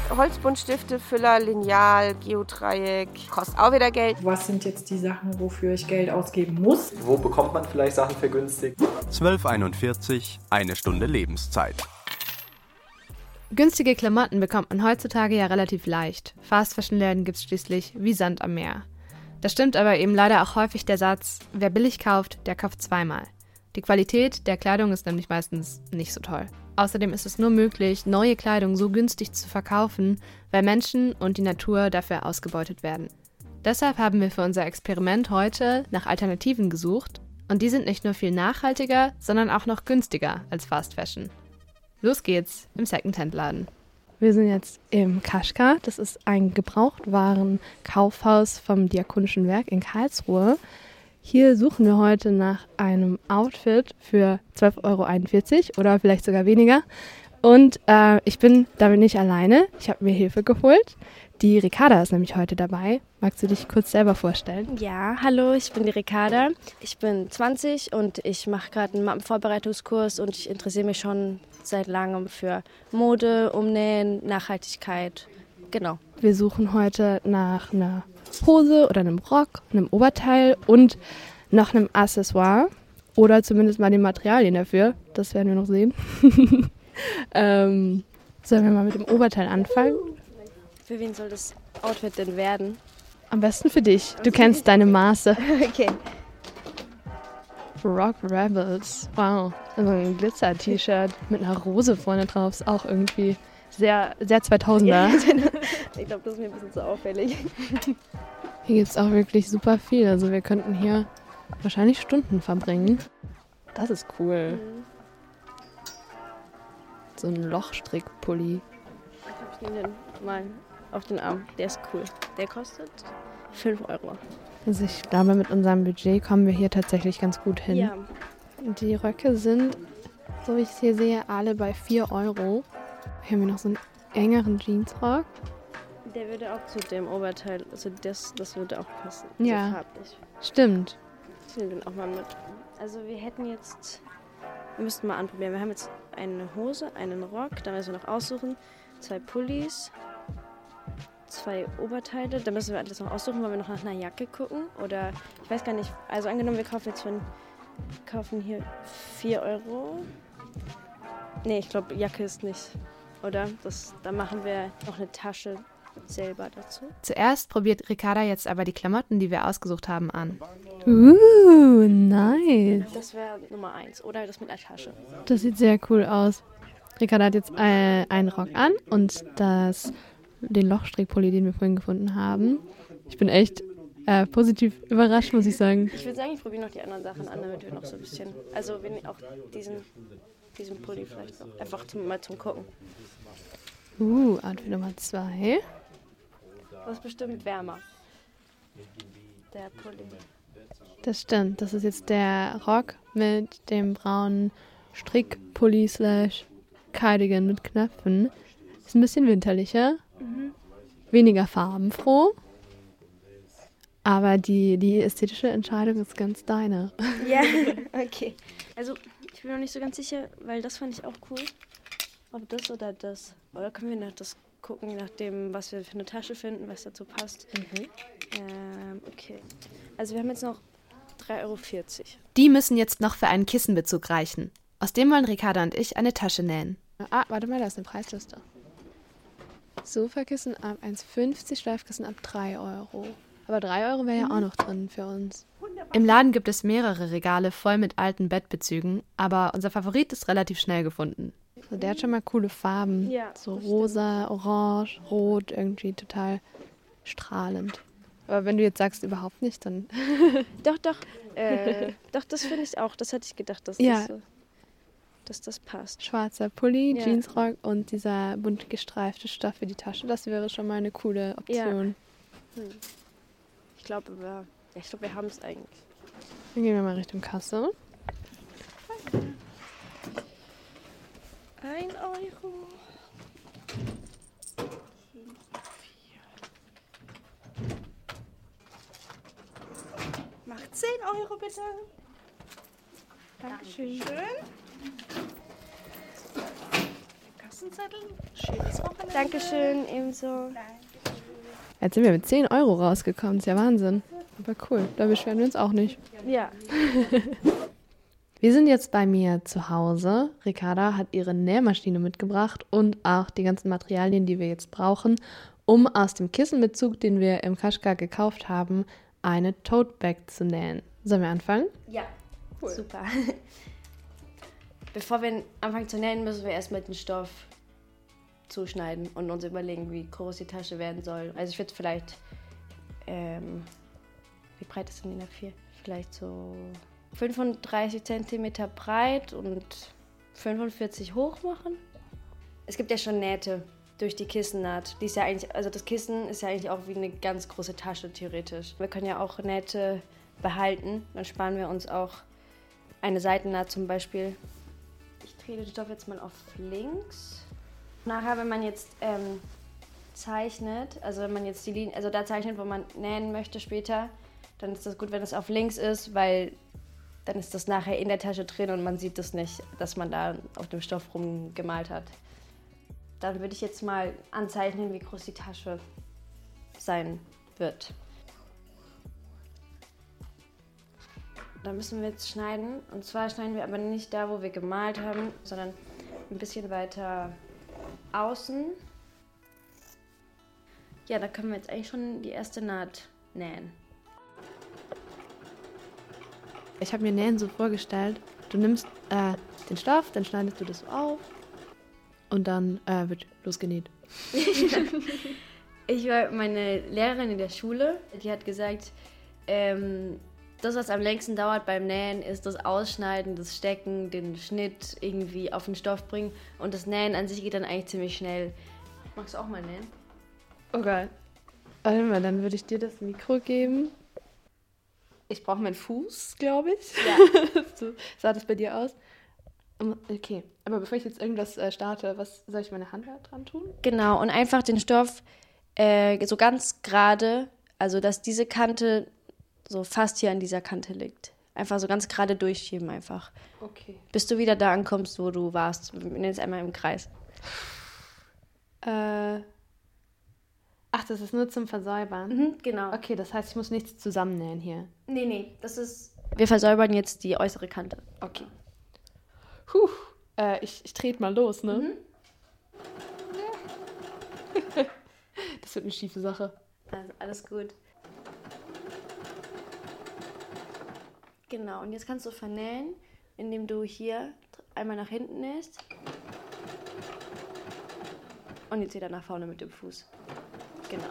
Holzbuntstifte, Füller, Lineal, Geodreieck, kostet auch wieder Geld. Was sind jetzt die Sachen, wofür ich Geld ausgeben muss? Wo bekommt man vielleicht Sachen vergünstigt? 12,41 €, eine Stunde Lebenszeit. Günstige Klamotten bekommt man heutzutage ja relativ leicht. Fast-Fashion-Läden gibt's schließlich wie Sand am Meer. Da stimmt aber eben leider auch häufig der Satz, wer billig kauft, der kauft zweimal. Die Qualität der Kleidung ist nämlich meistens nicht so toll. Außerdem ist es nur möglich, neue Kleidung so günstig zu verkaufen, weil Menschen und die Natur dafür ausgebeutet werden. Deshalb haben wir für unser Experiment heute nach Alternativen gesucht und die sind nicht nur viel nachhaltiger, sondern auch noch günstiger als Fast Fashion. Los geht's im Secondhand-Laden. Wir sind jetzt im Kaschka. Das ist ein Gebrauchtwarenkaufhaus vom Diakonischen Werk in Karlsruhe. Hier suchen wir heute nach einem Outfit für 12,41 € oder vielleicht sogar weniger. Und ich bin damit nicht alleine. Ich habe mir Hilfe geholt. Die Ricarda ist nämlich heute dabei. Magst du dich kurz selber vorstellen? Ja, hallo, ich bin die Ricarda. Ich bin 20 und ich mache gerade einen Mappenvorbereitungskurs und ich interessiere mich schon seit langem für Mode, Umnähen, Nachhaltigkeit. Genau. Wir suchen heute nach einer Hose oder einem Rock, einem Oberteil und noch einem Accessoire oder zumindest mal den Materialien dafür. Das werden wir noch sehen. Sollen wir mal mit dem Oberteil anfangen? Für wen soll das Outfit denn werden? Am besten für dich. Du kennst deine Maße. Okay. Rock Rebels. Wow. Also ein Glitzer-T-Shirt mit einer Rose vorne drauf ist auch irgendwie sehr, sehr 2000er. Ich glaube, das ist mir ein bisschen zu auffällig. Hier gibt es auch wirklich super viel. Also wir könnten hier wahrscheinlich Stunden verbringen. Das ist cool. So ein Lochstrickpulli. Ich nehme den mal auf den Arm. Der ist cool. Der kostet 5 €. Also ich glaube, mit unserem Budget kommen wir hier tatsächlich ganz gut hin. Ja. Die Röcke sind, so wie ich es hier sehe, alle bei 4 €. Hier haben wir noch so einen engeren Jeansrock. Der würde auch zu dem Oberteil, also das würde auch passen. Ja. So farblich. Stimmt. Ich nehme den auch mal mit. Also wir müssten mal anprobieren. Wir haben jetzt eine Hose, einen Rock, dann müssen wir noch aussuchen, 2 Pullis, 2 Oberteile. Da müssen wir alles noch aussuchen, wollen wir noch nach einer Jacke gucken oder ich weiß gar nicht. Also angenommen, wir kaufen hier 4 €. Nee, ich glaube, Jacke ist nicht, oder? Da machen wir noch eine Tasche selber dazu. Zuerst probiert Ricarda jetzt aber die Klamotten, die wir ausgesucht haben, an. Nice. Das wäre Nummer 1 oder das mit einer Tasche. Das sieht sehr cool aus. Ricarda hat jetzt einen Rock an und den Lochstrickpulli, den wir vorhin gefunden haben. Ich bin echt positiv überrascht, muss ich sagen. Ich würde sagen, ich probiere noch die anderen Sachen an, damit wir noch so ein bisschen, also wenn auch diesen Pulli vielleicht noch, einfach mal zum Gucken. Outfit Nummer 2. Das ist bestimmt wärmer. Der Pulli. Das stimmt, das ist jetzt der Rock mit dem braunen Strickpulli / Cardigan mit Knöpfen. Ist ein bisschen winterlicher, weniger farbenfroh, aber die ästhetische Entscheidung ist ganz deine. Ja, okay. Also ich bin noch nicht so ganz sicher, weil das fand ich auch cool. Ob das oder das. Oder können wir noch das gucken, je nachdem, was wir für eine Tasche finden, was dazu passt. Okay. Also wir haben jetzt noch 3,40 €. Die müssen jetzt noch für einen Kissenbezug reichen. Aus dem wollen Ricarda und ich eine Tasche nähen. Warte mal, da ist eine Preisliste. Sofakissen ab 1,50, Schleifkissen ab 3 €. Aber 3 € wäre ja auch noch drin für uns. Im Laden gibt es mehrere Regale voll mit alten Bettbezügen, aber unser Favorit ist relativ schnell gefunden. Also der hat schon mal coole Farben. Ja, so rosa, orange, rot, irgendwie total strahlend. Aber wenn du jetzt sagst, überhaupt nicht, dann... Doch. Doch, das finde ich auch. Das hätte ich gedacht, dass das passt. Schwarzer Pulli, Jeansrock und dieser bunt gestreifte Stoff für die Tasche, das wäre schon mal eine coole Option. Ja. Ich glaube, wir haben es eigentlich. Dann gehen wir mal Richtung Kasse. 1 €. Macht 10 € bitte. Dankeschön. kriegst einen Zettel. Schönes Wochenende. Dankeschön, ebenso. Jetzt sind wir mit 10 Euro rausgekommen. Ist ja Wahnsinn. Aber cool, da beschweren wir uns auch nicht. Ja. Wir sind jetzt bei mir zu Hause. Ricarda hat ihre Nähmaschine mitgebracht und auch die ganzen Materialien, die wir jetzt brauchen, um aus dem Kissenbezug, den wir im Kaschgar gekauft haben, eine Tote Bag zu nähen. Sollen wir anfangen? Ja, cool. Super. Bevor wir anfangen zu nähen, müssen wir erstmal den Stoff zuschneiden und uns überlegen, wie groß die Tasche werden soll. Also ich würde vielleicht, wie breit ist denn die A4? Vielleicht so 35 cm breit und 45 hoch machen. Es gibt ja schon Nähte durch die Kissennaht. Die ist ja eigentlich, also das Kissen ist ja eigentlich auch wie eine ganz große Tasche theoretisch. Wir können ja auch Nähte behalten, dann sparen wir uns auch eine Seitennaht zum Beispiel. Ich drehe den Stoff jetzt mal auf links. Nachher, wenn man jetzt zeichnet, also wenn man jetzt die Linie, also da zeichnet, wo man nähen möchte später, dann ist das gut, wenn es auf links ist, weil dann ist das nachher in der Tasche drin und man sieht das nicht, dass man da auf dem Stoff rumgemalt hat. Dann würde ich jetzt mal anzeichnen, wie groß die Tasche sein wird. Da müssen wir jetzt schneiden. Und zwar schneiden wir aber nicht da, wo wir gemalt haben, sondern ein bisschen weiter außen. Ja, da können wir jetzt eigentlich schon die erste Naht nähen. Ich habe mir Nähen so vorgestellt, du nimmst den Stoff, dann schneidest du das so auf und dann wird losgenäht. Meine Lehrerin in der Schule, die hat gesagt, das, was am längsten dauert beim Nähen, ist das Ausschneiden, das Stecken, den Schnitt irgendwie auf den Stoff bringen. Und das Nähen an sich geht dann eigentlich ziemlich schnell. Magst du auch mal nähen? Oh geil. Warte mal, dann würde ich dir das Mikro geben. Ich brauche meinen Fuß, glaube ich. Ja. So sah das bei dir aus? Okay, aber bevor ich jetzt irgendwas starte, was soll ich meine Hand da dran tun? Genau, und einfach den Stoff so ganz gerade, also dass diese Kante so fast hier an dieser Kante liegt. Einfach so ganz gerade durchschieben einfach. Okay. Bis du wieder da ankommst, wo du warst. Wir nehmen es einmal im Kreis. Ach, das ist nur zum Versäubern? Mhm, genau. Okay, das heißt, ich muss nichts zusammennähen hier. Nee, das ist... Wir versäubern jetzt die äußere Kante. Okay. Ich trete mal los, ne? Mhm. Das wird eine schiefe Sache. Also alles gut. Genau, und jetzt kannst du vernähen, indem du hier einmal nach hinten nähst. Und jetzt wieder nach vorne mit dem Fuß. Genau.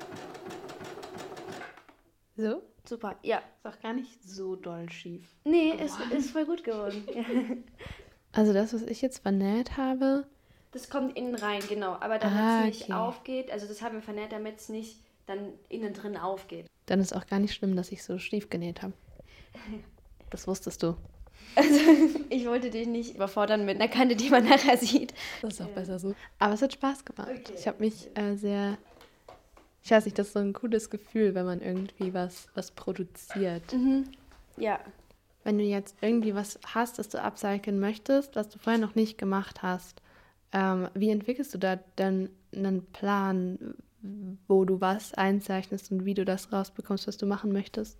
So? Super, ja. Ist auch gar nicht so doll schief. Nee, es ist voll gut geworden. Ja. Also das, was ich jetzt vernäht habe... Das kommt innen rein, genau. Aber damit es nicht aufgeht, also das haben wir vernäht, damit es nicht dann innen drin aufgeht. Dann ist auch gar nicht schlimm, dass ich so schief genäht habe. Das wusstest du. Also ich wollte dich nicht überfordern mit einer Kante, die man nachher sieht. Das ist auch besser so. Aber es hat Spaß gemacht. Okay. Ich habe mich ich weiß nicht, das ist so ein cooles Gefühl, wenn man irgendwie was produziert. Mhm. Ja. Wenn du jetzt irgendwie was hast, das du upcyclen möchtest, was du vorher noch nicht gemacht hast, wie entwickelst du da dann einen Plan, wo du was einzeichnest und wie du das rausbekommst, was du machen möchtest?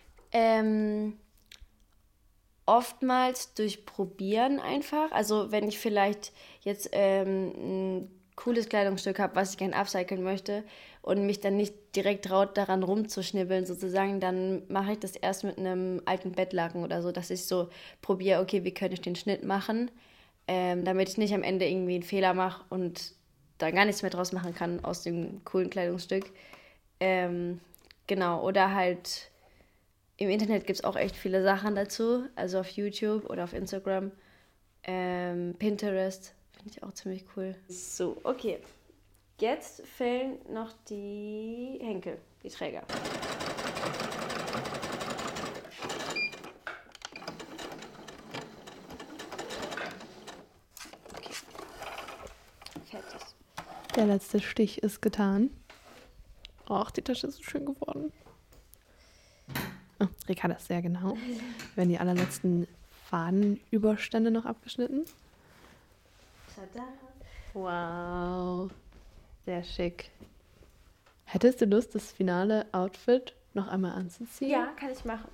Oftmals durch Probieren einfach. Also wenn ich vielleicht jetzt ein cooles Kleidungsstück habe, was ich gerne upcyclen möchte und mich dann nicht direkt traut, daran rumzuschnibbeln sozusagen, dann mache ich das erst mit einem alten Bettlaken oder so, dass ich so probiere, okay, wie könnte ich den Schnitt machen, damit ich nicht am Ende irgendwie einen Fehler mache und dann gar nichts mehr draus machen kann aus dem coolen Kleidungsstück. Genau, oder halt im Internet gibt es auch echt viele Sachen dazu, also auf YouTube oder auf Instagram, Pinterest, finde ich auch ziemlich cool. So, okay. Jetzt fehlen noch die Henkel, die Träger. Okay. Fertig. Der letzte Stich ist getan. Och, die Tasche ist so schön geworden. Oh, Ricarda ist sehr genau. Werden die allerletzten Fadenüberstände noch abgeschnitten. Tada. Wow. Sehr schick. Hättest du Lust, das finale Outfit noch einmal anzuziehen? Ja, kann ich machen.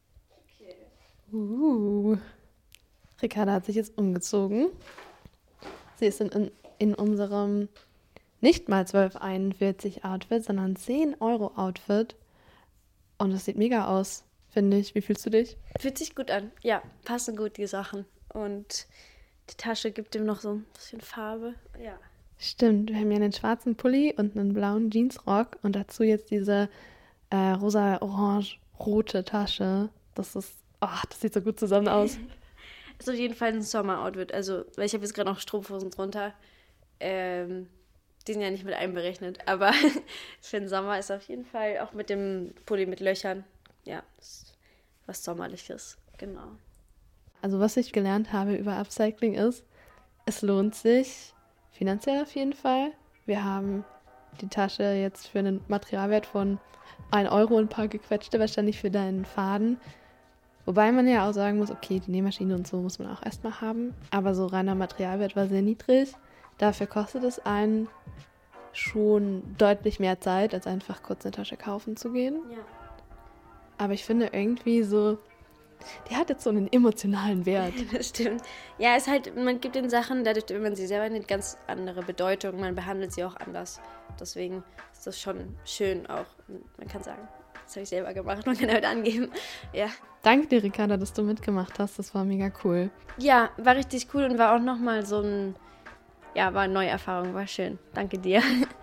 Ricarda hat sich jetzt umgezogen. Sie ist in unserem nicht mal 12,41 Outfit, sondern 10 € Outfit. Und es sieht mega aus, finde ich. Wie fühlst du dich? Fühlt sich gut an. Ja, passen gut die Sachen. Und die Tasche gibt ihm noch so ein bisschen Farbe. Ja. Stimmt, wir haben ja einen schwarzen Pulli und einen blauen Jeansrock und dazu jetzt diese rosa-orange-rote Tasche. Das sieht so gut zusammen aus. Ist auf jeden Fall ein Sommer-Outfit. Also, weil ich habe jetzt gerade noch Strumpfhosen drunter. Die sind ja nicht mit einberechnet. Aber für den Sommer ist auf jeden Fall auch mit dem Pulli mit Löchern, ja, ist was Sommerliches. Genau. Also was ich gelernt habe über Upcycling ist, es lohnt sich finanziell auf jeden Fall. Wir haben die Tasche jetzt für einen Materialwert von 1 € und ein paar gequetschte wahrscheinlich für deinen Faden. Wobei man ja auch sagen muss, okay, die Nähmaschine und so muss man auch erstmal haben. Aber so reiner Materialwert war sehr niedrig. Dafür kostet es einen schon deutlich mehr Zeit, als einfach kurz eine Tasche kaufen zu gehen. Ja. Aber ich finde irgendwie so, die hat jetzt so einen emotionalen Wert. Das stimmt. Ja, es ist halt, man gibt den Sachen, dadurch, wenn man sie selber eine ganz andere Bedeutung, man behandelt sie auch anders. Deswegen ist das schon schön auch. Man kann sagen, das habe ich selber gemacht, man kann damit angeben. Ja. Danke dir, Ricarda, dass du mitgemacht hast. Das war mega cool. Ja, war richtig cool und war auch nochmal war eine neue Erfahrung, war schön. Danke dir.